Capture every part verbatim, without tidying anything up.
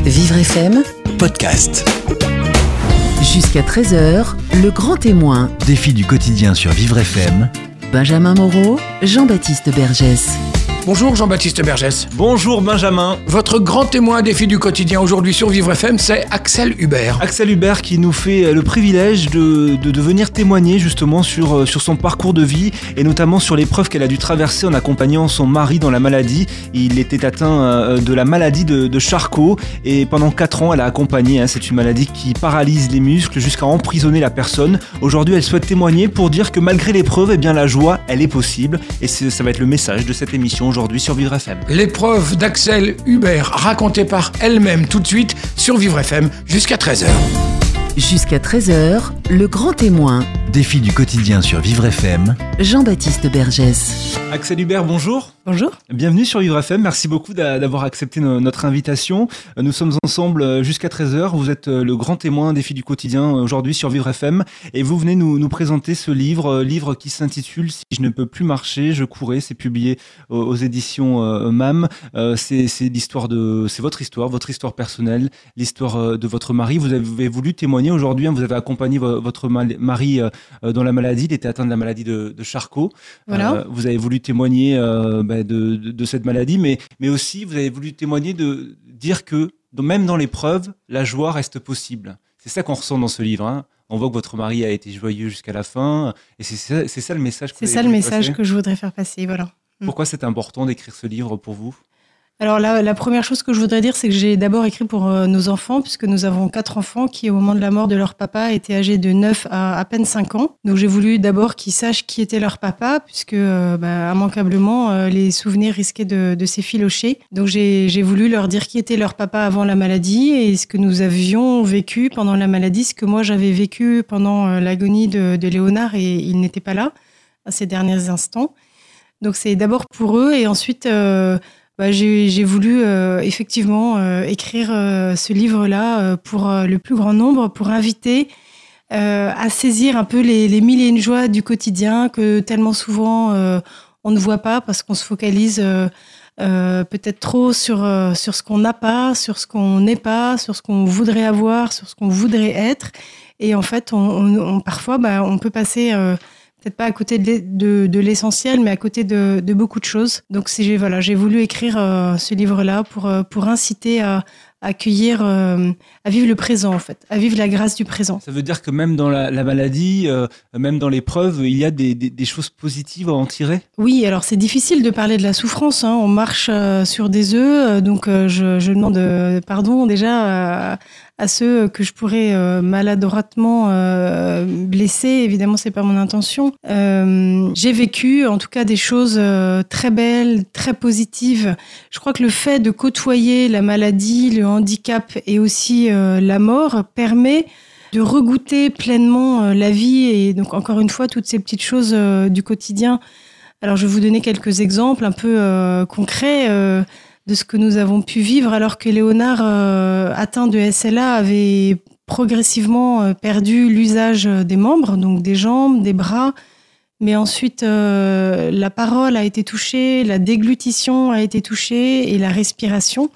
Vivre F M Podcast. Jusqu'à treize heures, le grand témoin. Défi du quotidien sur Vivre F M. Benjamin Moreau, Jean-Baptiste Bergès. Bonjour Jean-Baptiste Bergès. Bonjour Benjamin. Votre grand témoin défi du quotidien aujourd'hui sur Vivre F M, c'est Axel Hubert. Axel Hubert qui nous fait le privilège de, de, de venir témoigner justement sur, sur son parcours de vie et notamment sur l'épreuve qu'elle a dû traverser en accompagnant son mari dans la maladie. Il était atteint de la maladie de, de Charcot et pendant quatre ans elle a accompagné. Hein, c'est une maladie qui paralyse les muscles jusqu'à emprisonner la personne. Aujourd'hui elle souhaite témoigner pour dire que malgré l'épreuve, eh bien, la joie elle est possible et c'est, ça va être le message de cette émission aujourd'hui sur Vivre F M. L'épreuve d'Axel Hubert, racontée par elle-même tout de suite sur Vivre F M jusqu'à treize heures. Jusqu'à treize heures, le grand témoin. Défi du quotidien sur Vivre F M. Jean-Baptiste Bergès. Axel Hubert, bonjour. Bonjour. Bienvenue sur Vivre F M. Merci beaucoup d'avoir accepté notre invitation. Nous sommes ensemble jusqu'à treize heures. Vous êtes le grand témoin défi du quotidien aujourd'hui sur Vivre F M. Et vous venez nous, nous présenter ce livre, livre qui s'intitule « Si je ne peux plus marcher, je courais ». C'est publié aux, aux éditions euh, M A M. Euh, c'est, c'est l'histoire de, c'est votre histoire, votre histoire personnelle, l'histoire de votre mari. Vous avez voulu témoigner aujourd'hui. Hein, vous avez accompagné vo- votre mari euh, dans la maladie. Il était atteint de la maladie de, de Charcot. Voilà. Euh, vous avez voulu témoigner euh, bah, de, de, de cette maladie, mais, mais aussi vous avez voulu témoigner de dire que même dans l'épreuve, la joie reste possible. C'est ça qu'on ressent dans ce livre. Hein. On voit que votre mari a été joyeux jusqu'à la fin, et c'est ça, c'est ça le message que C'est vous ça avez le voulu message passer. que je voudrais faire passer, voilà. Pourquoi c'est important d'écrire ce livre pour vous ? Alors la, la première chose que je voudrais dire, c'est que j'ai d'abord écrit pour euh, nos enfants, puisque nous avons quatre enfants qui, au moment de la mort de leur papa, étaient âgés de neuf à à peine cinq ans. Donc j'ai voulu d'abord qu'ils sachent qui était leur papa, puisque euh, bah, immanquablement, euh, les souvenirs risquaient de, de s'effilocher. Donc j'ai, j'ai voulu leur dire qui était leur papa avant la maladie et ce que nous avions vécu pendant la maladie, ce que moi j'avais vécu pendant euh, l'agonie de, de Léonard, et il n'était pas là à ces derniers instants. Donc c'est d'abord pour eux, et ensuite... Euh, Bah, j'ai, j'ai voulu euh, effectivement euh, écrire euh, ce livre-là euh, pour euh, le plus grand nombre, pour inviter euh, à saisir un peu les, les mille et une joies du quotidien que tellement souvent euh, on ne voit pas parce qu'on se focalise euh, euh, peut-être trop sur, euh, sur ce qu'on n'a pas, sur ce qu'on n'est pas, sur ce qu'on voudrait avoir, sur ce qu'on voudrait être. Et en fait, on, on, on, parfois, bah, on peut passer... Euh, peut-être pas à côté de, de, de l'essentiel, mais à côté de, de beaucoup de choses. Donc c'est, voilà, j'ai voulu écrire euh, ce livre-là pour, euh, pour inciter à, à accueillir, euh, à vivre le présent en fait, à vivre la grâce du présent. Ça veut dire que même dans la, la maladie, euh, même dans l'épreuve, il y a des, des, des choses positives à en tirer ? Oui, alors c'est difficile de parler de la souffrance, hein. On marche euh, sur des œufs, euh, donc euh, je, je demande euh, pardon déjà à, à ceux que je pourrais euh, maladroitement euh, blesser. Évidemment, c'est pas mon intention. Euh, j'ai vécu, en tout cas, des choses euh, très belles, très positives. Je crois que le fait de côtoyer la maladie, le handicap et aussi euh, la mort permet de regoûter pleinement euh, la vie et donc encore une fois toutes ces petites choses euh, du quotidien. Alors je vais vous donner quelques exemples un peu euh, concrets. Euh, de ce que nous avons pu vivre alors que Léonard, euh, atteint de S L A, avait progressivement euh, perdu l'usage des membres, donc des jambes, des bras, mais ensuite euh, la parole a été touchée, la déglutition a été touchée et la respiration.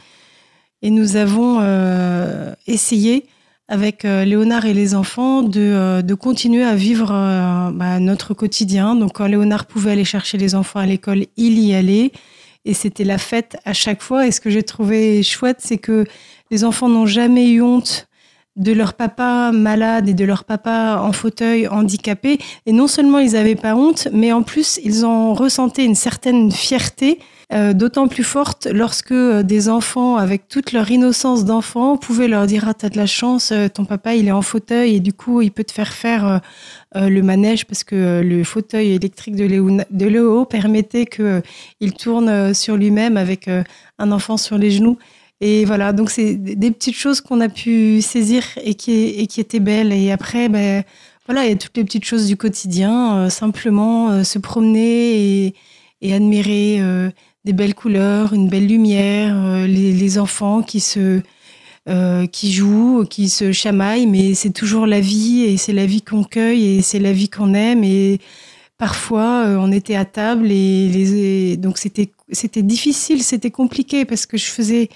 Et nous avons euh, essayé avec euh, Léonard et les enfants de, euh, de continuer à vivre euh, bah, notre quotidien. Donc quand Léonard pouvait aller chercher les enfants à l'école, il y allait. Et c'était la fête à chaque fois. Et ce que j'ai trouvé chouette, c'est que les enfants n'ont jamais eu honte de leur papa malade et de leur papa en fauteuil handicapé. Et non seulement ils n'avaient pas honte, mais en plus, ils en ressentaient une certaine fierté, euh, d'autant plus forte lorsque des enfants, avec toute leur innocence d'enfant, pouvaient leur dire « Ah, t'as de la chance, ton papa, il est en fauteuil et du coup, il peut te faire faire euh, euh, le manège parce que euh, le fauteuil électrique de Léo, de Léo permettait qu'il euh, tourne sur lui-même avec euh, un enfant sur les genoux. » Et voilà, donc c'est des petites choses qu'on a pu saisir et qui, et qui étaient belles. Et après, ben, voilà, il y a toutes les petites choses du quotidien, euh, simplement euh, se promener et, et admirer euh, des belles couleurs, une belle lumière, euh, les, les enfants qui se, euh, qui jouent, qui se chamaillent, mais c'est toujours la vie et c'est la vie qu'on cueille et c'est la vie qu'on aime. Et parfois, euh, on était à table et, les, et donc c'était, c'était difficile, c'était compliqué parce que je faisais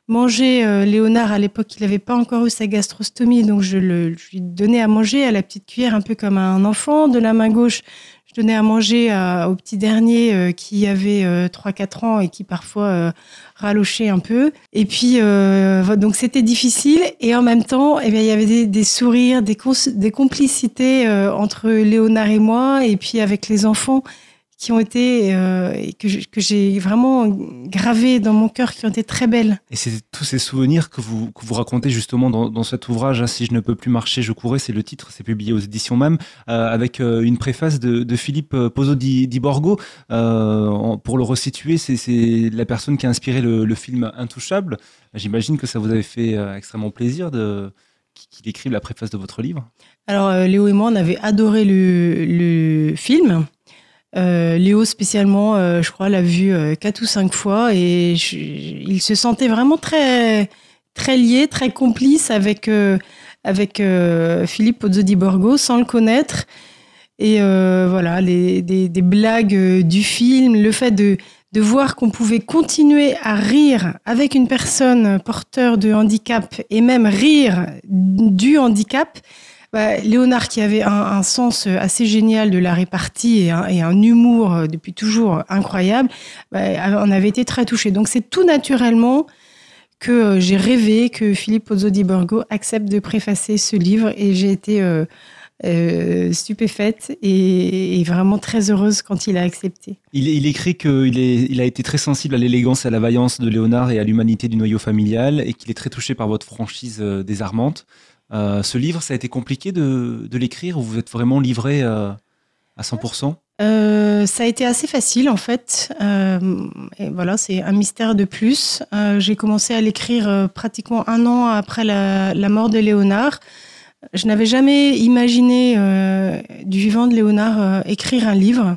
manger euh, Léonard. À l'époque, il n'avait pas encore eu sa gastrostomie, donc je, le, je lui donnais à manger à la petite cuillère, un peu comme un enfant. De la main gauche, je donnais à manger à, au petit dernier euh, qui avait euh, trois quatre ans et qui parfois euh, ralochait un peu. Et puis, euh, donc c'était difficile. Et en même temps, eh bien, il y avait des, des sourires, des, cons- des complicités euh, entre Léonard et moi, et puis avec les enfants qui ont été, euh, que, je, que j'ai vraiment gravés dans mon cœur, qui ont été très belles. Et c'est tous ces souvenirs que vous, que vous racontez justement dans, dans cet ouvrage, hein, Si je ne peux plus marcher, je courais, c'est le titre, c'est publié aux éditions M A M, euh, avec euh, une préface de, de Philippe Pozzo di, di Borgo. Euh, pour le resituer, c'est, c'est la personne qui a inspiré le, le film Intouchable. J'imagine que ça vous avait fait euh, extrêmement plaisir de, qu'il écrive la préface de votre livre. Alors, euh, Léo et moi, on avait adoré le, le film. Euh, Léo spécialement, euh, je crois, l'a vu euh, quatre ou cinq fois et je, il se sentait vraiment très, très lié, très complice avec, euh, avec euh, Philippe Pozzo di Borgo sans le connaître. Et euh, voilà, les, des, des blagues euh, du film, le fait de, de voir qu'on pouvait continuer à rire avec une personne porteur de handicap et même rire du handicap. Bah, Léonard, qui avait un, un sens assez génial de la répartie et un, et un humour depuis toujours incroyable, bah, on avait été très touchés. Donc c'est tout naturellement que j'ai rêvé que Philippe Pozzo di Borgo accepte de préfacer ce livre et j'ai été euh, euh, stupéfaite et, et vraiment très heureuse quand il a accepté. Il, il écrit qu'il est, il a été très sensible à l'élégance et à la vaillance de Léonard et à l'humanité du noyau familial et qu'il est très touché par votre franchise euh, désarmante. Euh, ce livre, ça a été compliqué de, de l'écrire ou vous êtes vraiment livré euh, à cent pour cent? euh, Ça a été assez facile en fait. Euh, et voilà, c'est un mystère de plus. Euh, j'ai commencé à l'écrire euh, pratiquement un an après la, la mort de Léonard. Je n'avais jamais imaginé euh, du vivant de Léonard euh, écrire un livre.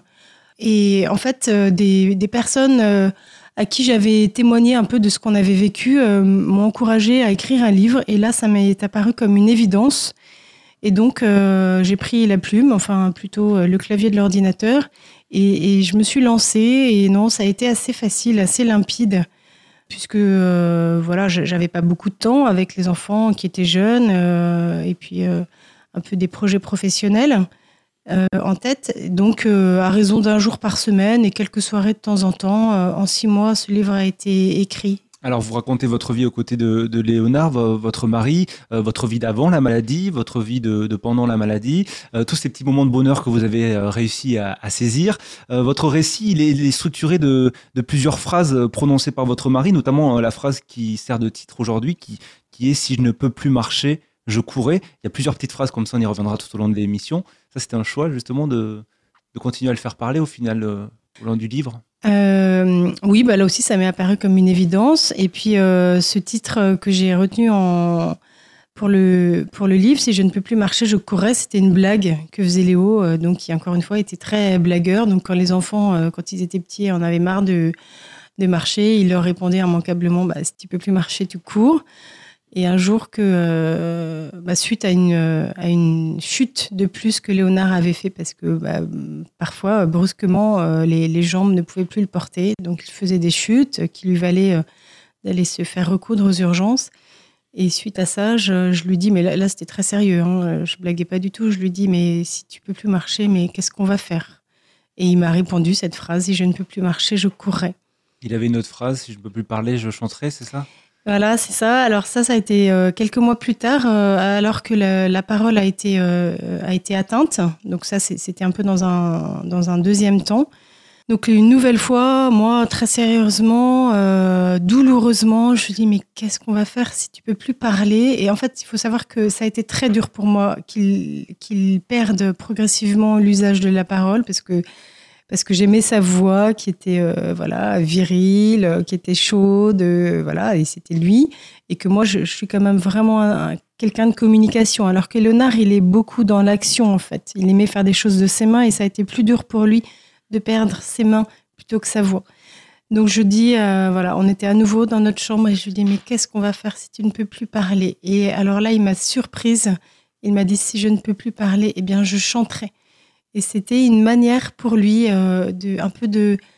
Et en fait, euh, des, des personnes euh, à qui j'avais témoigné un peu de ce qu'on avait vécu, euh, m'ont encouragée à écrire un livre. Et là, ça m'est apparu comme une évidence. Et donc, euh, j'ai pris la plume, enfin plutôt euh, le clavier de l'ordinateur, et, et je me suis lancée. Et non, ça a été assez facile, assez limpide, puisque euh, voilà, j'avais pas beaucoup de temps avec les enfants qui étaient jeunes, euh, et puis euh, un peu des projets professionnels Euh, en tête. Donc, euh, à raison d'un jour par semaine et quelques soirées de temps en temps, euh, en six mois, ce livre a été écrit. Alors, vous racontez votre vie aux côtés de, de Léonard, votre mari, euh, votre vie d'avant la maladie, votre vie de, de pendant la maladie, euh, tous ces petits moments de bonheur que vous avez euh, réussi à, à saisir. Euh, votre récit, il est, il est structuré de, de plusieurs phrases prononcées par votre mari, notamment euh, la phrase qui sert de titre aujourd'hui, qui, qui est « Si je ne peux plus marcher, je courais ». Il y a plusieurs petites phrases comme ça, on y reviendra tout au long de l'émission. Ça, c'était un choix justement de, de continuer à le faire parler au final, euh, au long du livre. Euh, oui, bah là aussi, ça m'est apparu comme une évidence. Et puis, euh, ce titre que j'ai retenu en, pour, le, pour le livre, « Si je ne peux plus marcher, je courais », c'était une blague que faisait Léo, euh, donc qui, encore une fois, était très blagueur. Donc, quand les enfants, euh, quand ils étaient petits, en avaient marre de, de marcher, il leur répondait immanquablement bah, « Si tu peux plus marcher, tu cours ». Et un jour, que, euh, bah, suite à une, à une chute de plus que Léonard avait fait, parce que bah, parfois, brusquement, euh, les, les jambes ne pouvaient plus le porter. Donc, il faisait des chutes qui lui valaient euh, d'aller se faire recoudre aux urgences. Et suite à ça, je, je lui dis, mais là, là c'était très sérieux, hein, je blaguais pas du tout. Je lui dis, mais si tu peux plus marcher, mais qu'est-ce qu'on va faire? Et il m'a répondu cette phrase, « Si je ne peux plus marcher, je courrai ». Il avait une autre phrase, « Si je ne peux plus parler, je chanterai », c'est ça? Voilà, c'est ça. Alors ça, ça a été euh, quelques mois plus tard, euh, alors que la, la parole a été, euh, a été atteinte. Donc ça, c'est, c'était un peu dans un, dans un deuxième temps. Donc une nouvelle fois, moi, très sérieusement, euh, douloureusement, je me dis, mais qu'est-ce qu'on va faire si tu peux plus parler? Et en fait, il faut savoir que ça a été très dur pour moi qu'il, qu'il perde progressivement l'usage de la parole, parce que parce que j'aimais sa voix qui était euh, voilà, virile, qui était chaude, euh, voilà, et c'était lui. Et que moi, je, je suis quand même vraiment un, quelqu'un de communication. Alors que Léonard, il est beaucoup dans l'action, en fait. Il aimait faire des choses de ses mains et ça a été plus dur pour lui de perdre ses mains plutôt que sa voix. Donc je dis, euh, voilà, on était à nouveau dans notre chambre et je lui dis, mais qu'est-ce qu'on va faire si tu ne peux plus parler? Et alors là, il m'a surprise. Il m'a dit, si je ne peux plus parler, eh bien, je chanterai. Et c'était une manière pour lui euh, de, un peu de,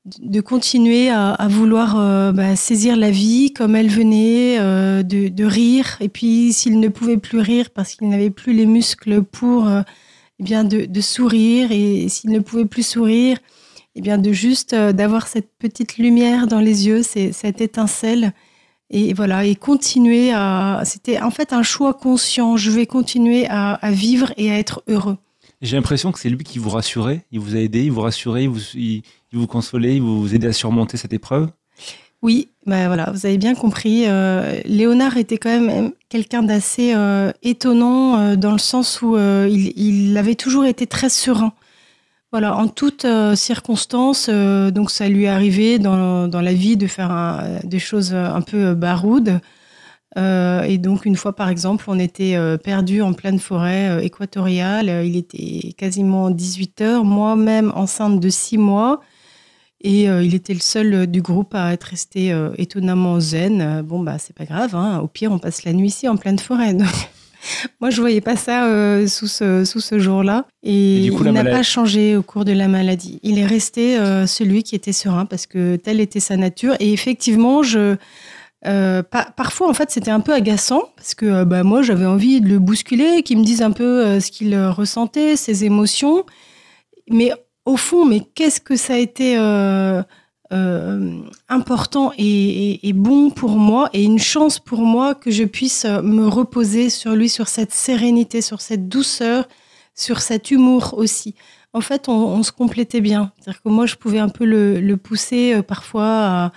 de continuer à, à vouloir euh, bah, saisir la vie comme elle venait, euh, de, de rire. Et puis, s'il ne pouvait plus rire parce qu'il n'avait plus les muscles pour, euh, eh bien, de, de sourire. Et s'il ne pouvait plus sourire, eh bien, de juste euh, d'avoir cette petite lumière dans les yeux, c'est, cette étincelle. Et voilà, et continuer à... C'était en fait un choix conscient. Je vais continuer à, à vivre et à être heureux. J'ai l'impression que c'est lui qui vous rassurait, il vous a aidé, il vous rassurait, il vous, il, il vous consolait, il vous aidait à surmonter cette épreuve. Oui, ben voilà, vous avez bien compris. Euh, Léonard était quand même quelqu'un d'assez euh, étonnant euh, dans le sens où euh, il, il avait toujours été très serein. Voilà, en toutes euh, circonstances, euh, donc ça lui est arrivé dans, dans la vie de faire un, des choses un peu baroudes. Euh, et donc, une fois, par exemple, on était euh, perdus en pleine forêt euh, équatoriale. Il était quasiment dix-huit heures, moi-même enceinte de six mois. Et euh, il était le seul euh, du groupe à être resté euh, étonnamment zen. Euh, bon, bah, c'est pas grave, hein. Au pire, on passe la nuit ici en pleine forêt. Donc, moi, je voyais pas ça euh, sous ce, sous ce jour-là. Et, et du coup, il n'a malade... pas changé au cours de la maladie. Il est resté euh, celui qui était serein parce que telle était sa nature. Et effectivement, je... Euh, pa- parfois, en fait, c'était un peu agaçant parce que euh, bah, moi, j'avais envie de le bousculer, qu'il me dise un peu euh, ce qu'il ressentait, ses émotions. Mais au fond, mais qu'est-ce que ça a été euh, euh, important et, et, et bon pour moi et une chance pour moi que je puisse me reposer sur lui, sur cette sérénité, sur cette douceur, sur cet humour aussi. En fait, on, on se complétait bien. C'est-à-dire que moi, je pouvais un peu le, le pousser euh, parfois à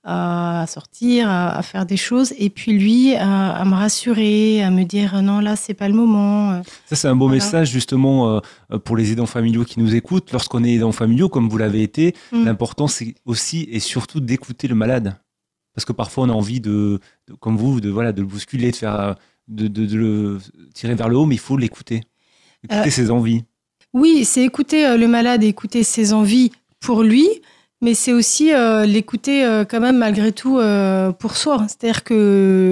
à sortir, à, à faire des choses, et puis lui à, à me rassurer, à me dire non, là c'est pas le moment. Ça c'est un beau voilà. message justement euh, pour les aidants familiaux qui nous écoutent. Lorsqu'on est aidant familiaux comme vous l'avez été, mm. l'important c'est aussi et surtout d'écouter le malade, parce que parfois on a envie de, de comme vous, de voilà, de le bousculer, de faire, de, de, de le tirer vers le haut, mais il faut l'écouter, écouter euh, ses envies. Oui, c'est écouter euh, le malade et écouter ses envies pour lui. Mais c'est aussi euh, l'écouter euh, quand même malgré tout euh, pour soi. C'est-à-dire que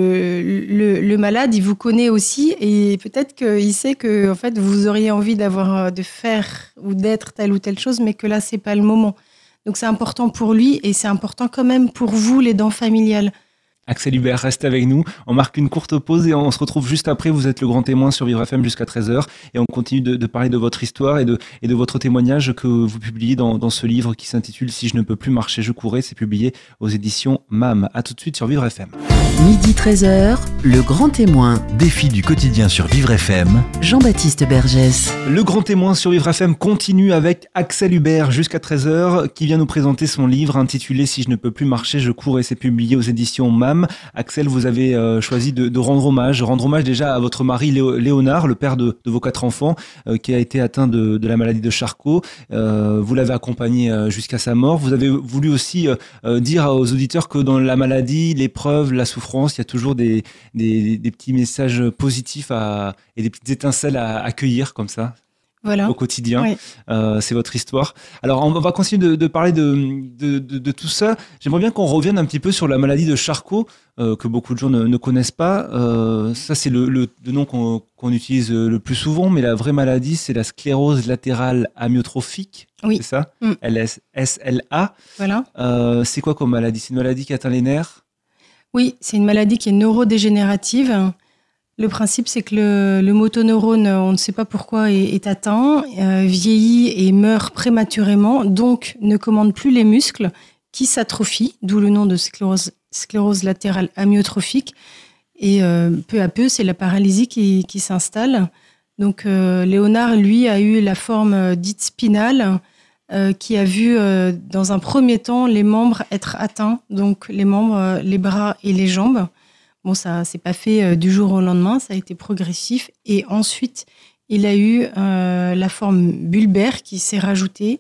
le, le malade, il vous connaît aussi et peut-être qu'il sait que en fait, vous auriez envie d'avoir, de faire ou d'être telle ou telle chose, mais que là, c'est pas le moment. Donc c'est important pour lui et c'est important quand même pour vous, l'aidant familial. Axel Hubert, reste avec nous. On marque une courte pause et on se retrouve juste après. Vous êtes le grand témoin sur Vivre F M jusqu'à treize heures et on continue de, de parler de votre histoire et de, et de votre témoignage que vous publiez dans, dans ce livre qui s'intitule « Si je ne peux plus marcher, je courais ». C'est publié aux éditions M A M. À tout de suite sur Vivre F M. Midi treize heures, le grand témoin. Défi du quotidien sur Vivre F M. Jean-Baptiste Bergès. Le grand témoin sur Vivre F M continue avec Axel Hubert jusqu'à treize heures qui vient nous présenter son livre intitulé « Si je ne peux plus marcher, je courais ». C'est publié aux éditions M A M. Axel, vous avez euh, choisi de, de rendre hommage, rendre hommage déjà à votre mari Léo, Léonard, le père de, de vos quatre enfants, euh, qui a été atteint de, de la maladie de Charcot. Euh, vous l'avez accompagné euh, jusqu'à sa mort. Vous avez voulu aussi euh, dire aux auditeurs que dans la maladie, l'épreuve, la souffrance, il y a toujours des, des, des petits messages positifs à, et des petites étincelles à accueillir comme ça. Voilà. Au quotidien, oui. euh, c'est votre histoire. Alors, on va continuer de, de parler de, de, de, de tout ça. J'aimerais bien qu'on revienne un petit peu sur la maladie de Charcot, euh, que beaucoup de gens ne, ne connaissent pas. Euh, ça, c'est le, le, le nom qu'on, qu'on utilise le plus souvent, mais la vraie maladie, c'est la sclérose latérale amyotrophique. Oui. C'est ça, mm. S L A. Voilà. Euh, c'est quoi comme maladie ? C'est une maladie qui atteint les nerfs ? Oui, c'est une maladie qui est neurodégénérative. Le principe, c'est que le, le motoneurone, on ne sait pas pourquoi, est, est atteint, euh, vieillit et meurt prématurément, donc ne commande plus les muscles qui s'atrophient, d'où le nom de sclérose, sclérose latérale amyotrophique. Et euh, peu à peu, c'est la paralysie qui, qui s'installe. Donc euh, Léonard, lui, a eu la forme dite spinale, euh, qui a vu euh, dans un premier temps les membres être atteints, donc les membres, les bras et les jambes. Bon, ça s'est pas fait euh, du jour au lendemain, ça a été progressif. Et ensuite, il a eu euh, la forme bulbaire qui s'est rajoutée.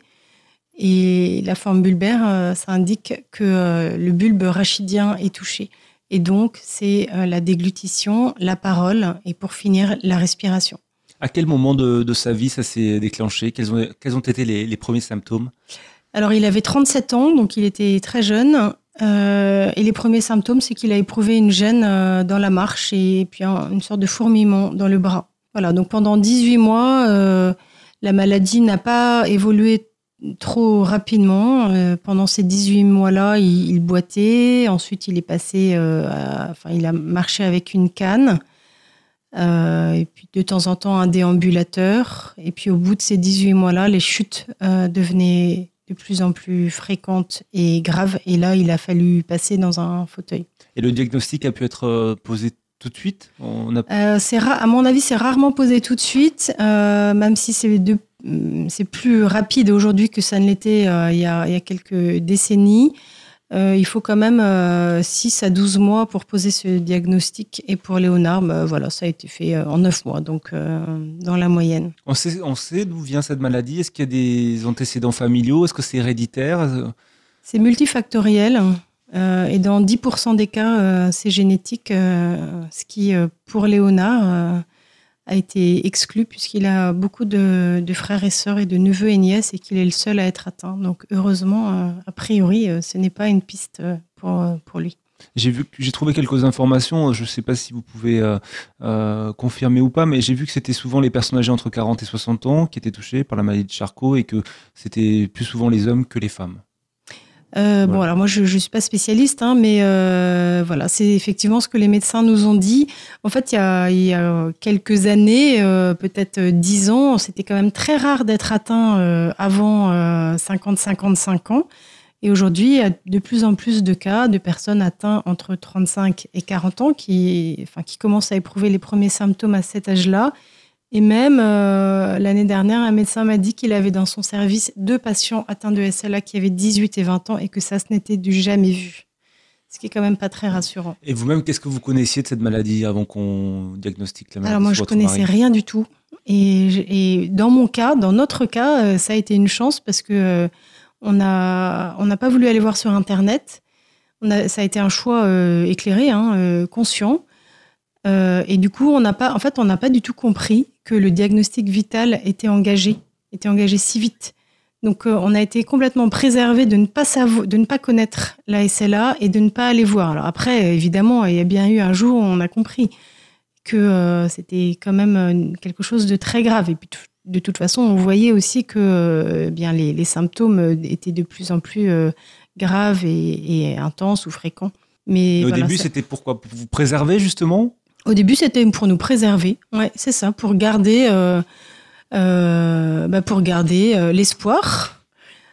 Et la forme bulbaire, euh, ça indique que euh, le bulbe rachidien est touché. Et donc, c'est euh, la déglutition, la parole et pour finir, la respiration. À quel moment de, de sa vie ça s'est déclenché ? Quels ont, quels ont été les, les premiers symptômes ? Alors, il avait trente-sept ans, donc il était très jeune. Euh, et les premiers symptômes, c'est qu'il a éprouvé une gêne euh, dans la marche et puis un, une sorte de fourmillement dans le bras. Voilà, donc pendant dix-huit mois, euh, la maladie n'a pas évolué trop rapidement. Euh, pendant ces dix-huit mois-là, il, il boitait. Ensuite, il est passé, euh, à, enfin, il a marché avec une canne. Euh, et puis, de temps en temps, un déambulateur. Et puis, au bout de ces dix-huit mois-là, les chutes euh, devenaient de plus en plus fréquentes et graves. Et là, il a fallu passer dans un fauteuil. Et le diagnostic a pu être posé tout de suite? On a... euh, c'est ra- À mon avis, c'est rarement posé tout de suite, euh, même si c'est, de, c'est plus rapide aujourd'hui que ça ne l'était euh, il, y a, il y a quelques décennies. Euh, il faut quand même euh, six à douze mois pour poser ce diagnostic. Et pour Léonard, bah, voilà, ça a été fait euh, en neuf mois, donc euh, dans la moyenne. On sait, on sait d'où vient cette maladie? Est-ce qu'il y a des antécédents familiaux? Est-ce que c'est héréditaire? C'est multifactoriel. Euh, et dans dix pour cent des cas, euh, c'est génétique, euh, ce qui, euh, pour Léonard, euh, a été exclu puisqu'il a beaucoup de, de frères et sœurs et de neveux et nièces et qu'il est le seul à être atteint. Donc heureusement, euh, a priori, euh, ce n'est pas une piste pour, pour lui. J'ai vu, j'ai trouvé quelques informations, je ne sais pas si vous pouvez euh, euh, confirmer ou pas, mais j'ai vu que c'était souvent les personnes âgées entre quarante et soixante ans qui étaient touchées par la maladie de Charcot et que c'était plus souvent les hommes que les femmes. Euh, voilà. Bon, alors moi, je ne suis pas spécialiste, hein, mais euh, voilà, c'est effectivement ce que les médecins nous ont dit. En fait, il y a, il y a quelques années, euh, peut-être dix ans, c'était quand même très rare d'être atteint euh, avant euh, cinquante à cinquante-cinq ans. Et aujourd'hui, il y a de plus en plus de cas de personnes atteintes entre trente-cinq et quarante ans qui, enfin, qui commencent à éprouver les premiers symptômes à cet âge-là. Et même, euh, l'année dernière, un médecin m'a dit qu'il avait dans son service deux patients atteints de S L A qui avaient dix-huit et vingt ans et que ça, ce n'était du jamais vu. Ce qui est quand même pas très rassurant. Et vous-même, qu'est-ce que vous connaissiez de cette maladie avant qu'on diagnostique la maladie? Alors moi, je connaissais rien du tout. Et, et dans mon cas, dans notre cas, ça a été une chance parce que euh, on a, on n'a pas voulu aller voir sur Internet. On a, ça a été un choix euh, éclairé, hein, euh, conscient. Euh, et du coup, on n'a pas, en fait, on n'a pas du tout compris que le diagnostic vital était engagé, était engagé si vite. Donc, euh, on a été complètement préservé de ne pas savo- de ne pas connaître la S L A et de ne pas aller voir. Alors après, évidemment, il y a bien eu un jour où on a compris que euh, c'était quand même quelque chose de très grave. Et puis, de toute façon, on voyait aussi que euh, bien les, les symptômes étaient de plus en plus euh, graves et, et intenses ou fréquents. Mais au voilà, début, ça... c'était pourquoi? Pour vous préserver, justement? Au début, c'était pour nous préserver. Ouais, c'est ça, pour garder, euh, euh, bah, pour garder euh, l'espoir.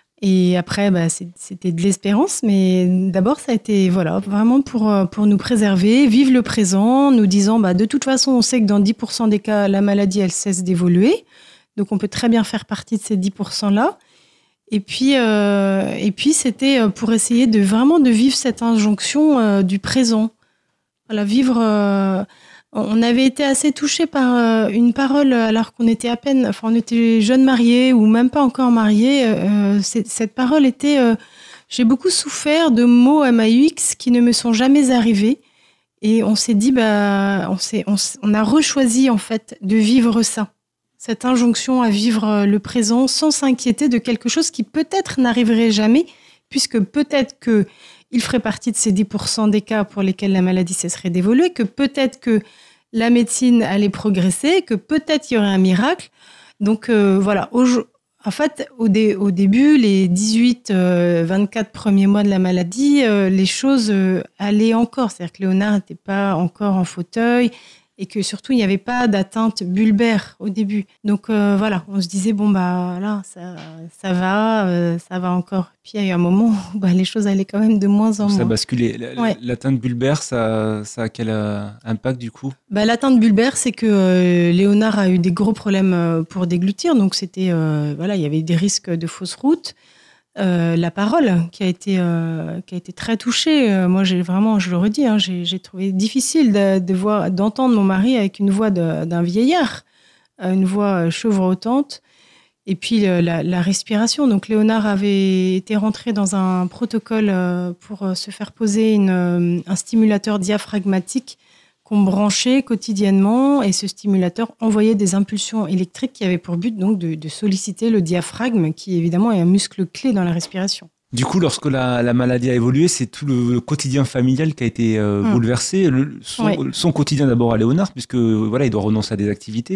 Et après, bah, c'est, c'était de l'espérance. Mais d'abord, ça a été voilà, vraiment pour, pour nous préserver, vivre le présent, nous disant, bah, de toute façon, on sait que dans dix pour cent des cas, la maladie, elle cesse d'évoluer. Donc, on peut très bien faire partie de ces dix pour cent-là. Et puis, euh, et puis, c'était pour essayer de vraiment de vivre cette injonction euh, du présent. Voilà, vivre. Euh, on avait été assez touchés par euh, une parole alors qu'on était à peine, enfin, on était jeunes mariés ou même pas encore mariés. Euh, cette parole était euh, j'ai beaucoup souffert de mots M A U X qui ne me sont jamais arrivés. Et on s'est dit, bah, on, s'est, on, on a rechoisi en fait de vivre ça. Cette injonction à vivre le présent sans s'inquiéter de quelque chose qui peut-être n'arriverait jamais, puisque peut-être qu'il ferait partie de ces dix pour cent des cas pour lesquels la maladie cesserait d'évoluer, que peut-être que la médecine allait progresser, que peut-être il y aurait un miracle. Donc euh, voilà, au, en fait, au, dé, au début, les dix-huit à vingt-quatre premiers mois de la maladie, euh, les choses euh, allaient encore. C'est-à-dire que Léonard n'était pas encore en fauteuil, et que surtout, il n'y avait pas d'atteinte bulbaire au début. Donc euh, voilà, on se disait, bon, bah là, ça, ça va, euh, ça va encore. Puis il y a eu un moment où bah, les choses allaient quand même de moins en moins. Ça a basculé. La, ouais. L'atteinte bulbaire, ça, ça a quel euh, impact du coup? bah, L'atteinte bulbaire, c'est que euh, Léonard a eu des gros problèmes pour déglutir. Donc c'était, euh, voilà, il y avait des risques de fausse route. Euh, la parole qui a été euh, qui a été très touchée. Euh, moi, j'ai vraiment, je le redis, hein, j'ai, j'ai trouvé difficile de, de voir, d'entendre mon mari avec une voix de, d'un vieillard, une voix chevrotante, et puis le, la, la respiration. Donc, Léonard avait été rentré dans un protocole pour se faire poser une, un stimulateur diaphragmatique qu'on branchait quotidiennement, et ce stimulateur envoyait des impulsions électriques qui avaient pour but donc de, de solliciter le diaphragme, qui évidemment est un muscle clé dans la respiration. Du coup, lorsque la, la maladie a évolué, c'est tout le, le quotidien familial qui a été euh, mmh. bouleversé. Le, son, ouais. son quotidien d'abord à Léonard, puisque voilà, il doit renoncer à des activités.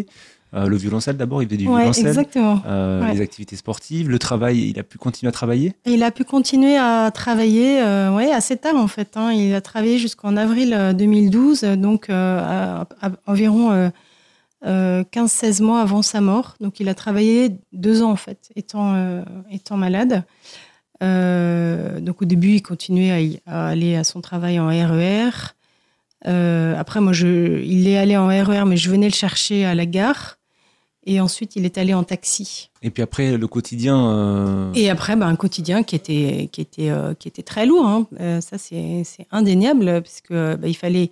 Euh, le violoncelle d'abord, il faisait du Ouais, violoncelle. exactement. Euh, Ouais. Les activités sportives, le travail, il a pu continuer à travailler. Et il a pu continuer à travailler euh, ouais, assez tard en fait. Hein. Il a travaillé jusqu'en avril euh, deux mille douze, donc euh, à, à, à environ euh, euh, quinze seize mois avant sa mort. Donc il a travaillé deux ans en fait, étant, euh, étant malade. Euh, donc au début, il continuait à, y- à aller à son travail en R E R. Euh, après, moi, je, il est allé en R E R, mais je venais le chercher à la gare. Et ensuite, il est allé en taxi. Et puis après, le quotidien. Euh... Et après, bah, un quotidien qui était, qui était, euh, qui était très lourd. Hein. Euh, ça, c'est, c'est indéniable, parce que bah, il fallait.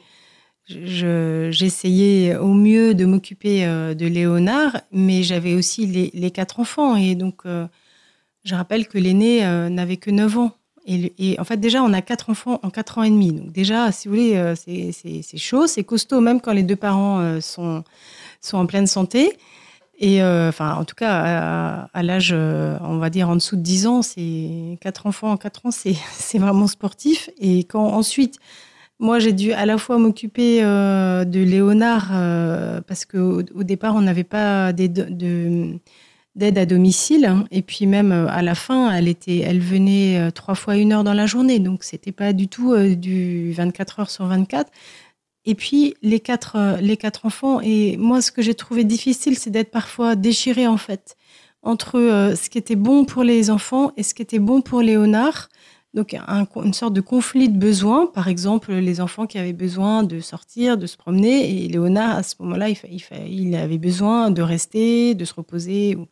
Je, j'essayais au mieux de m'occuper euh, de Léonard, mais j'avais aussi les, les quatre enfants. Et donc, euh, je rappelle que l'aîné euh, n'avait que neuf ans. Et, le- et en fait, déjà, on a quatre enfants en quatre ans et demi. Donc déjà, si vous voulez, euh, c'est, c'est, c'est chaud, c'est costaud, même quand les deux parents euh, sont, sont en pleine santé. Et euh, enfin, en tout cas, à, à l'âge, euh, on va dire en dessous de dix ans, c'est quatre enfants en quatre ans, c'est, c'est vraiment sportif. Et quand ensuite, moi, j'ai dû à la fois m'occuper euh, de Léonard, euh, parce qu'au au départ, on n'avait pas d'aide, de, d'aide à domicile. Hein. Et puis même euh, à la fin, elle, était, elle venait euh, trois fois une heure dans la journée. Donc, c'était pas du tout euh, du vingt-quatre heures sur vingt-quatre. Et puis, les quatre, euh, les quatre enfants. Et moi, ce que j'ai trouvé difficile, c'est d'être parfois déchirée, en fait, entre euh, ce qui était bon pour les enfants et ce qui était bon pour Léonard. Donc, un, une sorte de conflit de besoins. Par exemple, les enfants qui avaient besoin de sortir, de se promener. Et Léonard, à ce moment-là, il, fa- il, fa- il avait besoin de rester, de se reposer. ou-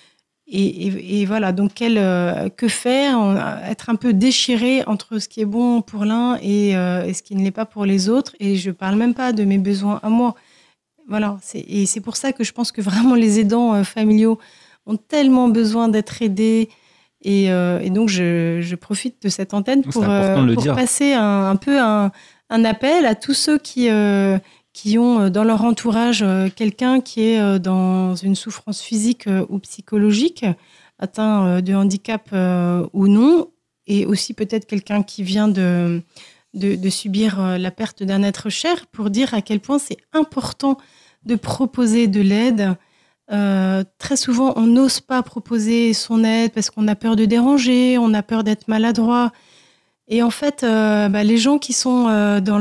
Et, et, et voilà, donc quel, euh, que faire on- Être un peu déchiré entre ce qui est bon pour l'un et, euh, et ce qui ne l'est pas pour les autres. Et je parle même pas de mes besoins à moi. Voilà, c'est, et c'est pour ça que je pense que vraiment les aidants euh, familiaux ont tellement besoin d'être aidés. Et, euh, et donc, je, je profite de cette antenne C'est pour, important de le pour dire. passer un, un peu un, un appel à tous ceux qui, euh, qui ont euh, dans leur entourage euh, quelqu'un qui est euh, dans une souffrance physique euh, ou psychologique, atteint euh, de handicap euh, ou non, et aussi peut-être quelqu'un qui vient de, de, de subir euh, la perte d'un être cher, pour dire à quel point c'est important de proposer de l'aide. Euh, très souvent, on n'ose pas proposer son aide parce qu'on a peur de déranger, on a peur d'être maladroit. Et en fait, euh, bah, les gens qui sont euh, dans, le,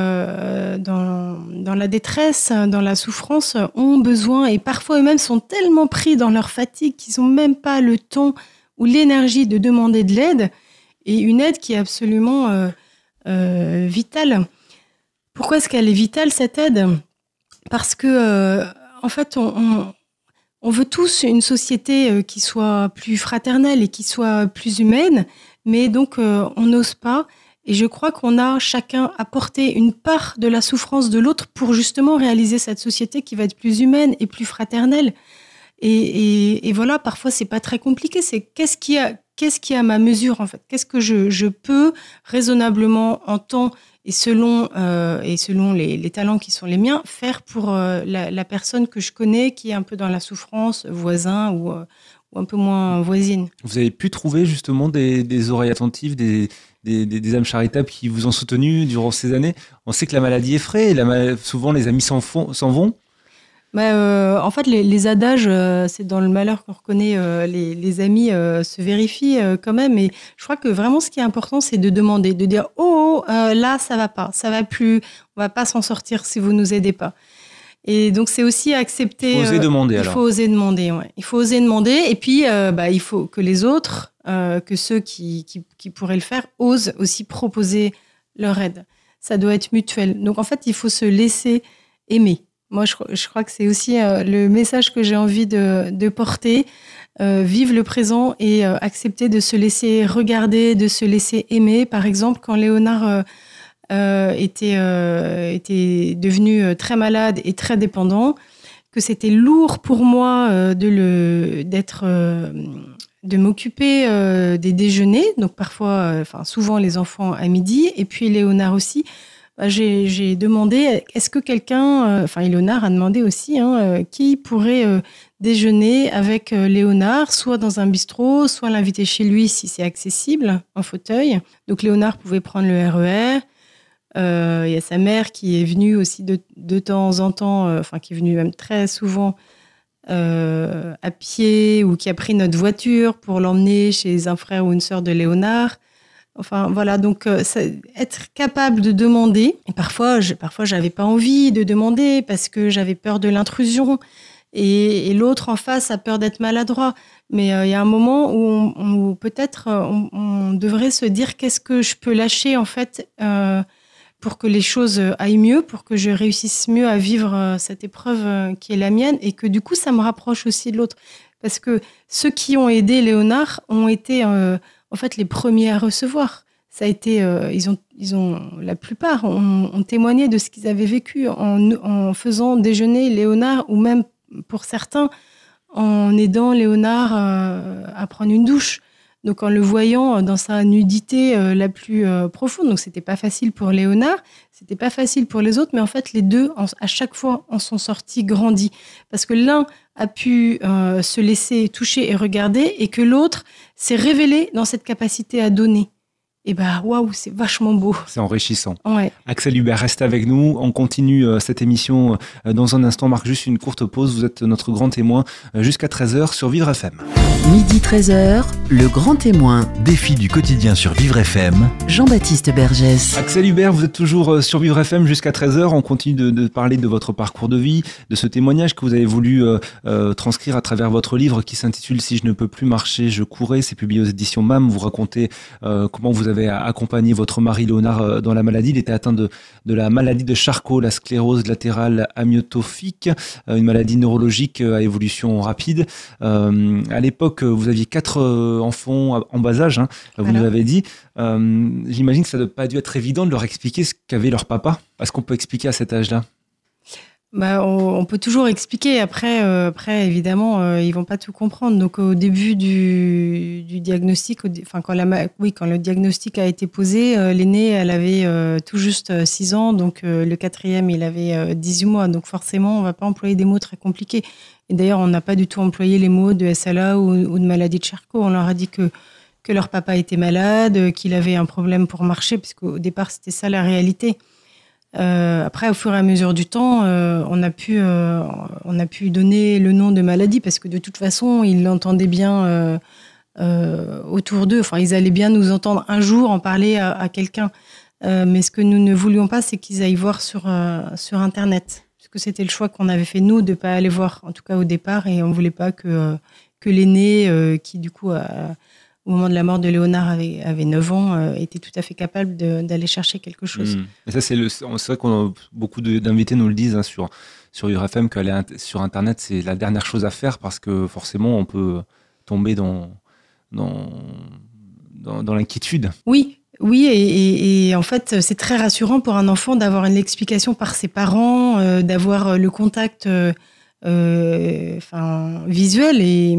euh, dans, dans la détresse, dans la souffrance, ont besoin, et parfois eux-mêmes sont tellement pris dans leur fatigue qu'ils n'ont même pas le temps ou l'énergie de demander de l'aide, et une aide qui est absolument euh, euh, vitale. Pourquoi est-ce qu'elle est vitale, cette aide ? Parce que, euh, en fait, on, on, on veut tous une société euh, qui soit plus fraternelle et qui soit plus humaine, mais donc euh, on n'ose pas. Et je crois qu'on a chacun apporté une part de la souffrance de l'autre pour justement réaliser cette société qui va être plus humaine et plus fraternelle. Et, et, et voilà, parfois c'est pas très compliqué. C'est qu'est-ce qui a, qu'est-ce qui est à ma mesure en fait ? Qu'est-ce que je, je peux raisonnablement en temps et selon, euh, et selon les, les talents qui sont les miens, faire pour euh, la, la personne que je connais qui est un peu dans la souffrance, voisin ou, euh, ou un peu moins voisine. Vous avez pu trouver justement des, des oreilles attentives, des, des, des, des âmes charitables qui vous ont soutenu durant ces années ? On sait que la maladie effraie, et la mal... souvent les amis s'en, font, s'en vont. Bah, euh, en fait, les, les adages, euh, c'est dans le malheur qu'on reconnaît euh, les, les amis euh, se vérifient euh, quand même. Et je crois que vraiment, ce qui est important, c'est de demander, de dire oh, oh euh, là, ça va pas, ça va plus, on va pas s'en sortir si vous nous aidez pas. Et donc, c'est aussi accepter. Il faut oser euh, demander. Il alors. faut oser demander. Ouais. Il faut oser demander. Et puis, euh, bah, il faut que les autres, euh, que ceux qui, qui, qui pourraient le faire, osent aussi proposer leur aide. Ça doit être mutuel. Donc, en fait, il faut se laisser aimer. Moi, je, je crois que c'est aussi euh, le message que j'ai envie de, de porter. Euh, vivre le présent et euh, accepter de se laisser regarder, de se laisser aimer. Par exemple, quand Léonard euh, euh, était, euh, était devenu très malade et très dépendant, que c'était lourd pour moi euh, de le, d'être, euh, de m'occuper euh, des déjeuners. Donc parfois, euh, enfin souvent les enfants à midi, et puis Léonard aussi. J'ai, j'ai demandé, est-ce que quelqu'un, euh, enfin Léonard a demandé aussi, hein, euh, qui pourrait euh, déjeuner avec euh, Léonard, soit dans un bistrot, soit l'inviter chez lui si c'est accessible, en fauteuil. Donc Léonard pouvait prendre le R E R. Euh, il y a sa mère qui est venue aussi de, de temps en temps, euh, enfin qui est venue même très souvent euh, à pied ou qui a pris notre voiture pour l'emmener chez un frère ou une sœur de Léonard. Enfin, voilà, donc euh, ça, être capable de demander. Et parfois, je, parfois, j'avais pas envie de demander parce que j'avais peur de l'intrusion. Et, et l'autre en face a peur d'être maladroit. Mais il euh, y a un moment où, on, où peut-être on, on devrait se dire qu'est-ce que je peux lâcher en fait euh, pour que les choses aillent mieux, pour que je réussisse mieux à vivre euh, cette épreuve euh, qui est la mienne et que du coup, ça me rapproche aussi de l'autre. Parce que ceux qui ont aidé Léonard ont été... Euh, en fait, les premiers à recevoir. Ça a été, euh, ils ont, ils ont, la plupart ont, ont témoigné de ce qu'ils avaient vécu en, en faisant déjeuner Léonard ou même, pour certains, en aidant Léonard euh, à prendre une douche. Donc, en le voyant dans sa nudité euh, la plus euh, profonde. Donc, c'était pas facile pour Léonard, c'était pas facile pour les autres, mais en fait, les deux, en, à chaque fois, en sont sortis grandis. Parce que l'un a pu euh, se laisser toucher et regarder, et que l'autre s'est révélé dans cette capacité à donner. Et bah, waouh, c'est vachement beau. C'est enrichissant. Ouais. Axel Hubert, reste avec nous. On continue euh, cette émission euh, dans un instant. On marque juste une courte pause. Vous êtes notre grand témoin euh, jusqu'à treize heures sur Vivre F M. Midi treize heures, le grand témoin. Défi du quotidien sur Vivre F M. Jean-Baptiste Bergès. Axel Hubert, vous êtes toujours euh, sur Vivre F M jusqu'à treize heures. On continue de, de parler de votre parcours de vie, de ce témoignage que vous avez voulu euh, euh, transcrire à travers votre livre qui s'intitule « Si je ne peux plus marcher, je courais ». C'est publié aux éditions M A M. Vous racontez euh, comment vous avez accompagné votre mari Léonard dans la maladie. Il était atteint de, de la maladie de Charcot, la sclérose latérale amyotrophique, une maladie neurologique à évolution rapide. Euh, à l'époque, vous aviez quatre enfants en bas âge, hein, vous voilà. nous l'avez dit. Euh, j'imagine que ça n'a pas dû être évident de leur expliquer ce qu'avait leur papa. Est-ce qu'on peut expliquer à cet âge-là ? Bah, on, on peut toujours expliquer. Après, euh, après évidemment, euh, ils vont pas tout comprendre. Donc, au début du, du diagnostic, enfin quand la, oui, quand le diagnostic a été posé, euh, l'aînée, elle avait euh, tout juste six ans, donc euh, le quatrième, il avait euh, dix-huit mois. Donc, forcément, on va pas employer des mots très compliqués. Et d'ailleurs, on n'a pas du tout employé les mots de S L A ou, ou de maladie de Charcot. On leur a dit que que leur papa était malade, qu'il avait un problème pour marcher, puisqu'au départ, c'était ça la réalité. Euh, après, au fur et à mesure du temps, euh, on a pu, euh, on a pu donner le nom de maladie parce que de toute façon, ils l'entendaient bien euh, euh, autour d'eux. Enfin, ils allaient bien nous entendre un jour en parler à, à quelqu'un. Euh, mais ce que nous ne voulions pas, c'est qu'ils aillent voir sur euh, sur Internet, parce que c'était le choix qu'on avait fait nous de pas aller voir, en tout cas au départ, et on voulait pas que euh, que l'aîné, euh, qui du coup a au moment de la mort de Léonard, avait, avait neuf ans, euh, était tout à fait capable de, d'aller chercher quelque chose. Mmh. Et ça, c'est, le, c'est vrai qu'on a, beaucoup de, d'invités nous le disent hein, sur, sur Vivre F M, qu'aller sur Internet, c'est la dernière chose à faire parce que forcément, on peut tomber dans, dans, dans, dans l'inquiétude. Oui. Oui, et, et, et en fait, c'est très rassurant pour un enfant d'avoir une explication par ses parents, euh, d'avoir le contact euh, euh, enfin, visuel et...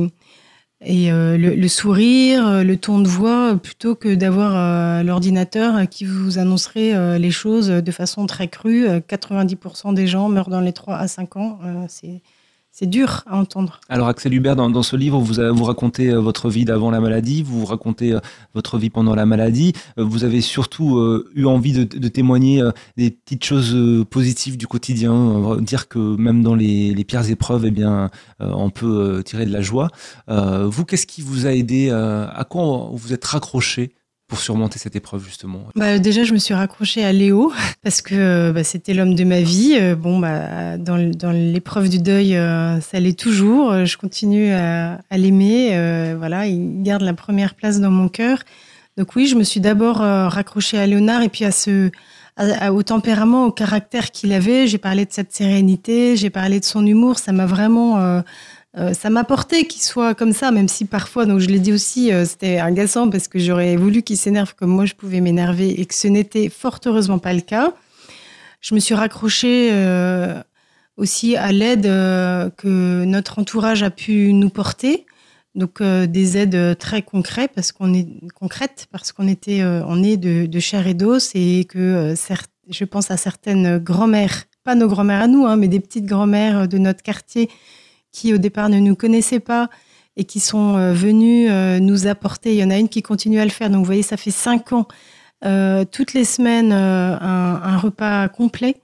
Et euh, le, le sourire, le ton de voix, plutôt que d'avoir euh, l'ordinateur qui vous annoncerait euh, les choses de façon très crue. quatre-vingt-dix pour cent des gens meurent dans les trois à cinq ans. Euh, c'est, c'est dur à entendre. Alors Axel Hubert, dans, dans ce livre, vous, avez, vous racontez votre vie d'avant la maladie, vous racontez euh, votre vie pendant la maladie. Euh, vous avez surtout euh, eu envie de, de témoigner euh, des petites choses euh, positives du quotidien, euh, dire que même dans les, les pires épreuves, eh bien, euh, on peut euh, tirer de la joie. Euh, vous, qu'est-ce qui vous a aidé euh, À quoi vous êtes raccroché pour surmonter cette épreuve, justement? Bah, déjà, je me suis raccrochée à Léo, parce que bah, c'était l'homme de ma vie. Bon, bah, dans, dans l'épreuve du deuil, euh, ça l'est toujours. Je continue à, à l'aimer. Euh, voilà, il garde la première place dans mon cœur. Donc oui, je me suis d'abord euh, raccrochée à Léonard et puis à ce, à, à, au tempérament, au caractère qu'il avait. J'ai parlé de cette sérénité, j'ai parlé de son humour. Ça m'a vraiment... Euh, Euh, ça m'apportait qu'il soit comme ça, même si parfois, donc je l'ai dit aussi, euh, c'était agaçant parce que j'aurais voulu qu'il s'énerve comme moi je pouvais m'énerver et que ce n'était fort heureusement pas le cas. Je me suis raccrochée euh, aussi à l'aide euh, que notre entourage a pu nous porter, donc euh, des aides très concrètes parce qu'on est concrètes parce qu'on était, euh, on est de, de chair et d'os et que euh, certes, je pense à certaines grand-mères, pas nos grand-mères à nous, hein, mais des petites grand-mères de notre quartier qui au départ ne nous connaissaient pas et qui sont euh, venus euh, nous apporter. Il y en a une qui continue à le faire. Donc vous voyez, ça fait cinq ans, euh, toutes les semaines, euh, un, un repas complet.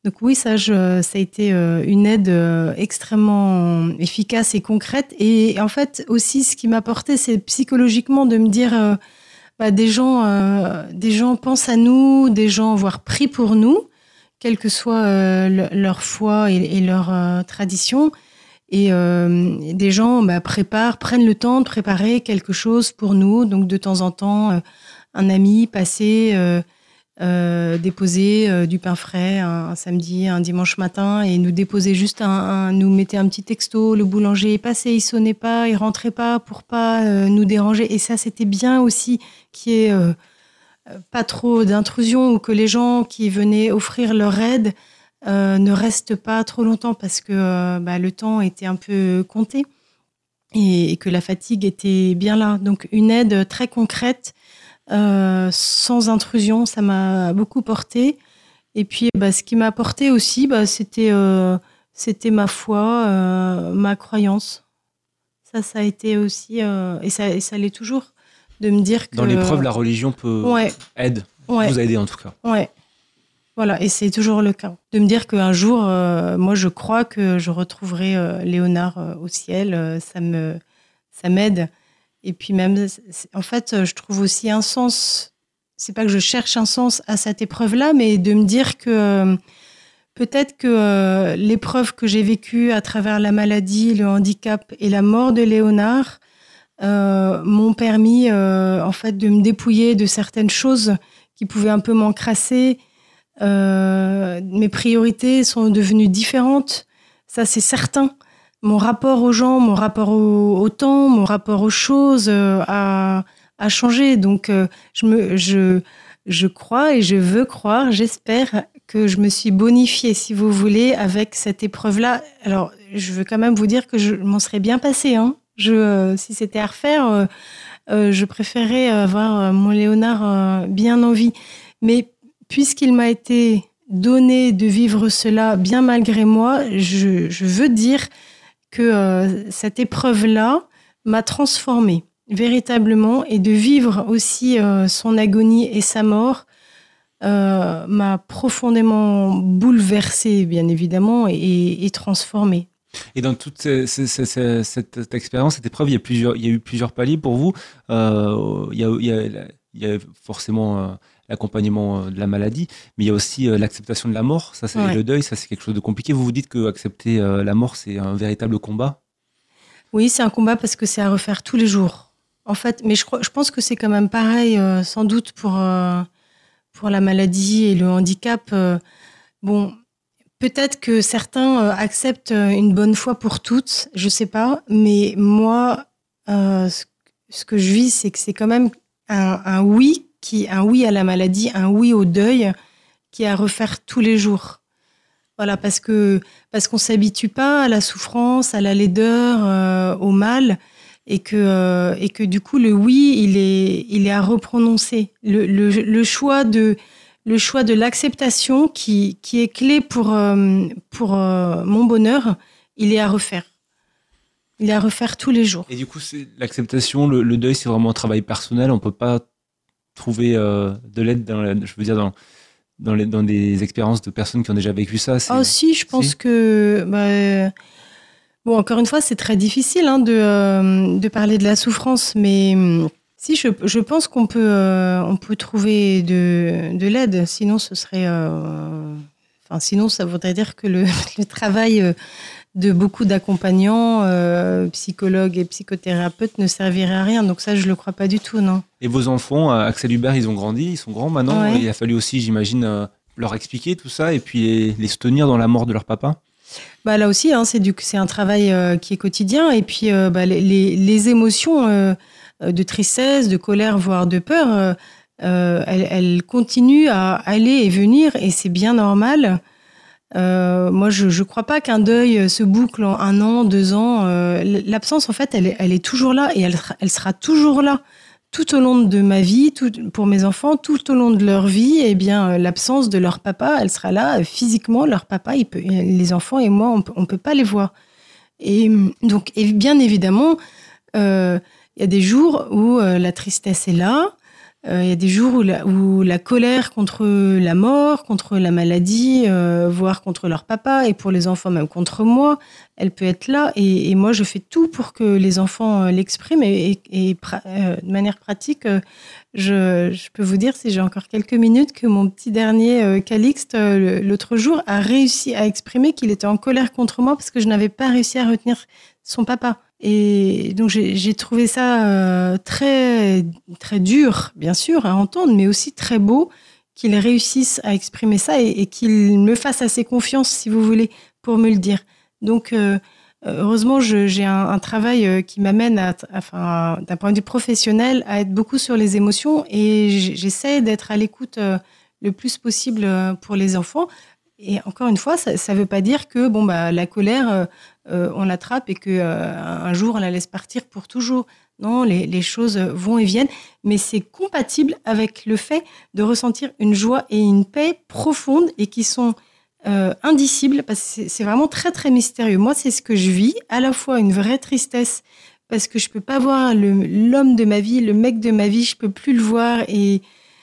Donc oui, ça, je, ça a été euh, une aide euh, extrêmement efficace et concrète. Et en fait, aussi, ce qui m'a porté, c'est psychologiquement de me dire, euh, bah, des gens, euh, des gens pensent à nous, des gens voire prient pour nous, quelle que soit euh, le, leur foi et, et leur euh, tradition. Et euh, des gens bah, préparent, prennent le temps de préparer quelque chose pour nous. Donc de temps en temps, euh, un ami passé. Euh, Euh, déposer euh, du pain frais un, un samedi, un dimanche matin et nous déposer juste un, un nous mettait un petit texto, le boulanger est passé, il sonnait pas, il rentrait pas pour pas euh, nous déranger. Et ça, c'était bien aussi qu'il y ait euh, pas trop d'intrusion ou que les gens qui venaient offrir leur aide euh, ne restent pas trop longtemps parce que euh, bah, le temps était un peu compté et, et que la fatigue était bien là. Donc une aide très concrète. Euh, sans intrusion, ça m'a beaucoup porté. Et puis, bah, ce qui m'a porté aussi, bah, c'était, euh, c'était ma foi, euh, ma croyance. Ça, ça a été aussi, euh, et ça, et ça l'est toujours, de me dire que... Dans l'épreuve, la religion peut ouais, aide, ouais, vous aider en tout cas. Ouais, voilà, et c'est toujours le cas. De me dire qu'un jour, euh, moi, je crois que je retrouverai euh, Léonard euh, au ciel, euh, ça me, ça m'aide. Et puis même, en fait, je trouve aussi un sens, c'est pas que je cherche un sens à cette épreuve-là, mais de me dire que euh, peut-être que euh, l'épreuve que j'ai vécue à travers la maladie, le handicap et la mort de Léonard euh, m'ont permis euh, en fait de me dépouiller de certaines choses qui pouvaient un peu m'encrasser. Euh, mes priorités sont devenues différentes, ça c'est certain. Mon rapport aux gens, mon rapport au, au temps, mon rapport aux choses euh, a, a changé. Donc, euh, je, me, je, je crois et je veux croire, j'espère que je me suis bonifiée, si vous voulez, avec cette épreuve-là. Alors, je veux quand même vous dire que je m'en serais bien passée. Hein. Je, euh, si c'était à refaire, euh, euh, je préférais avoir mon Léonard euh, bien en vie. Mais puisqu'il m'a été donné de vivre cela bien malgré moi, je, je veux dire que euh, cette épreuve-là m'a transformée véritablement et de vivre aussi euh, son agonie et sa mort euh, m'a profondément bouleversée, bien évidemment, et, et transformée. Et dans toute ces, ces, ces, ces, cette, cette expérience, cette épreuve, il y a, plusieurs, il y a eu plusieurs paliers pour vous. Euh, il, y a, il, y a, il y a forcément euh, l'accompagnement de la maladie, mais il y a aussi euh, l'acceptation de la mort. Ça, c'est ouais. Le deuil, ça c'est quelque chose de compliqué. Vous vous dites que accepter euh, la mort, c'est un véritable combat? Oui, c'est un combat parce que c'est à refaire tous les jours. En fait, mais je, crois, je pense que c'est quand même pareil, euh, sans doute pour, euh, pour la maladie et le handicap. Euh, bon, peut-être que certains euh, acceptent une bonne fois pour toutes, je sais pas, mais moi, euh, ce, ce que je vis, c'est que c'est quand même un, un oui. Qui, un oui à la maladie, un oui au deuil, qui est à refaire tous les jours. Voilà, parce que parce qu'on s'habitue pas à la souffrance, à la laideur, euh, au mal, et que euh, et que du coup le oui, il est il est à reprononcer. Le le, le choix de le choix de l'acceptation qui qui est clé pour euh, pour euh, mon bonheur, il est à refaire. Il est à refaire tous les jours. Et du coup, c'est l'acceptation, le, le deuil, c'est vraiment un travail personnel. On peut pas trouver euh, de l'aide dans la, je veux dire dans dans, les, dans des expériences de personnes qui ont déjà vécu ça. Ah oh, si, je pense si. que bah, bon, encore une fois, c'est très difficile hein, de euh, de parler de la souffrance, mais si je je pense qu'on peut euh, on peut trouver de de l'aide. Sinon, ce serait euh, enfin sinon ça voudrait dire que le le travail euh, de beaucoup d'accompagnants, euh, psychologues et psychothérapeutes ne servirait à rien. Donc ça, je le crois pas du tout, non. Et vos enfants, Axel Hubert, ils ont grandi, ils sont grands maintenant. Ouais. Il a fallu aussi, j'imagine, euh, leur expliquer tout ça et puis les, les soutenir dans la mort de leur papa. Bah là aussi, hein, c'est du, c'est un travail euh, qui est quotidien. Et puis euh, bah, les, les, les émotions euh, de tristesse, de colère, voire de peur, euh, euh, elles, elles continuent à aller et venir, et c'est bien normal. Euh, moi, je ne crois pas qu'un deuil se boucle en un an, deux ans. Euh, l'absence, en fait, elle est, elle est toujours là et elle, elle sera toujours là tout au long de ma vie, tout, pour mes enfants, tout au long de leur vie. Eh bien, l'absence de leur papa, elle sera là physiquement. Leur papa, il peut, les enfants et moi, on ne peut pas les voir. Et donc, et bien évidemment, euh, il y a des jours où euh, la tristesse est là. Euh, il y a des jours où la, où la colère contre la mort, contre la maladie, euh, voire contre leur papa, et pour les enfants même contre moi, elle peut être là. Et, et moi, je fais tout pour que les enfants euh, l'expriment. Et, et, et euh, de manière pratique, euh, je, je peux vous dire, si j'ai encore quelques minutes, que mon petit dernier euh, Calixte, euh, l'autre jour, a réussi à exprimer qu'il était en colère contre moi parce que je n'avais pas réussi à retenir son papa. Et donc, j'ai, j'ai trouvé ça euh, très, très dur, bien sûr, à entendre, mais aussi très beau qu'il réussisse à exprimer ça et, et qu'il me fasse assez confiance, si vous voulez, pour me le dire. Donc, euh, heureusement, je, j'ai un, un travail qui m'amène, à, enfin, d'un point de vue professionnel, à être beaucoup sur les émotions et j'essaie d'être à l'écoute euh, le plus possible pour les enfants. Et encore une fois, ça ne veut pas dire que bon, bah, la colère, euh, euh, on l'attrape et qu'un euh, jour, on la laisse partir pour toujours. Non, les, les choses vont et viennent, mais c'est compatible avec le fait de ressentir une joie et une paix profondes et qui sont euh, indicibles, parce que c'est, c'est vraiment très, très mystérieux. Moi, c'est ce que je vis, à la fois une vraie tristesse, parce que je ne peux pas voir le, l'homme de ma vie, le mec de ma vie, je ne peux plus le voir et...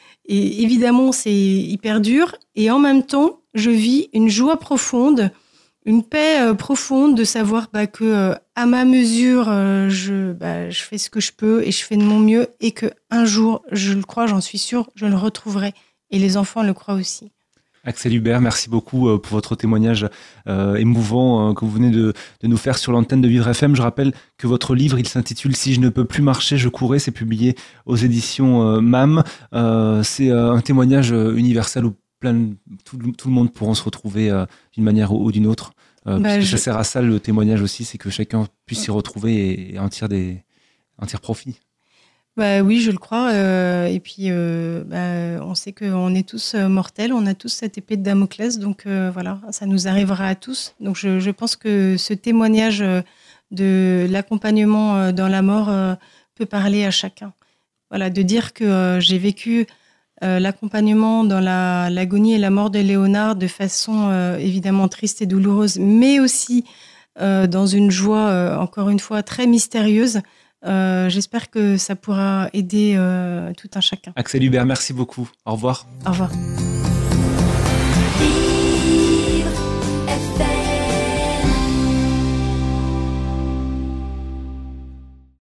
Et évidemment, c'est hyper dur. Et en même temps, je vis une joie profonde, une paix euh, profonde de savoir bah, que euh, à ma mesure, euh, je, bah, je fais ce que je peux et je fais de mon mieux. Et qu'un jour, je le crois, j'en suis sûre, je le retrouverai. Et les enfants le croient aussi. Axel Hubert, merci beaucoup pour votre témoignage euh, émouvant euh, que vous venez de, de nous faire sur l'antenne de Vivre F M. Je rappelle que votre livre, il s'intitule « Si je ne peux plus marcher, je courrai ». C'est publié aux éditions euh, M A M. Euh, c'est euh, un témoignage universel où plein, tout, tout le monde pourra se retrouver euh, d'une manière ou d'une autre. Euh, bah, je... Ça sert à ça le témoignage aussi, c'est que chacun puisse s'y retrouver et, et en tirer des, en tirer profit. Bah oui, je le crois. Euh, et puis, euh, bah, on sait qu'on est tous euh, mortels, on a tous cette épée de Damoclès, donc euh, voilà, ça nous arrivera à tous. Donc, je, je pense que ce témoignage euh, de l'accompagnement euh, dans la mort euh, peut parler à chacun. Voilà, de dire que euh, j'ai vécu euh, l'accompagnement dans la, l'agonie et la mort de Léonard de façon euh, évidemment triste et douloureuse, mais aussi euh, dans une joie, euh, encore une fois, très mystérieuse. Euh, j'espère que ça pourra aider euh, tout un chacun. Axel Hubert, merci beaucoup. Au revoir. Au revoir.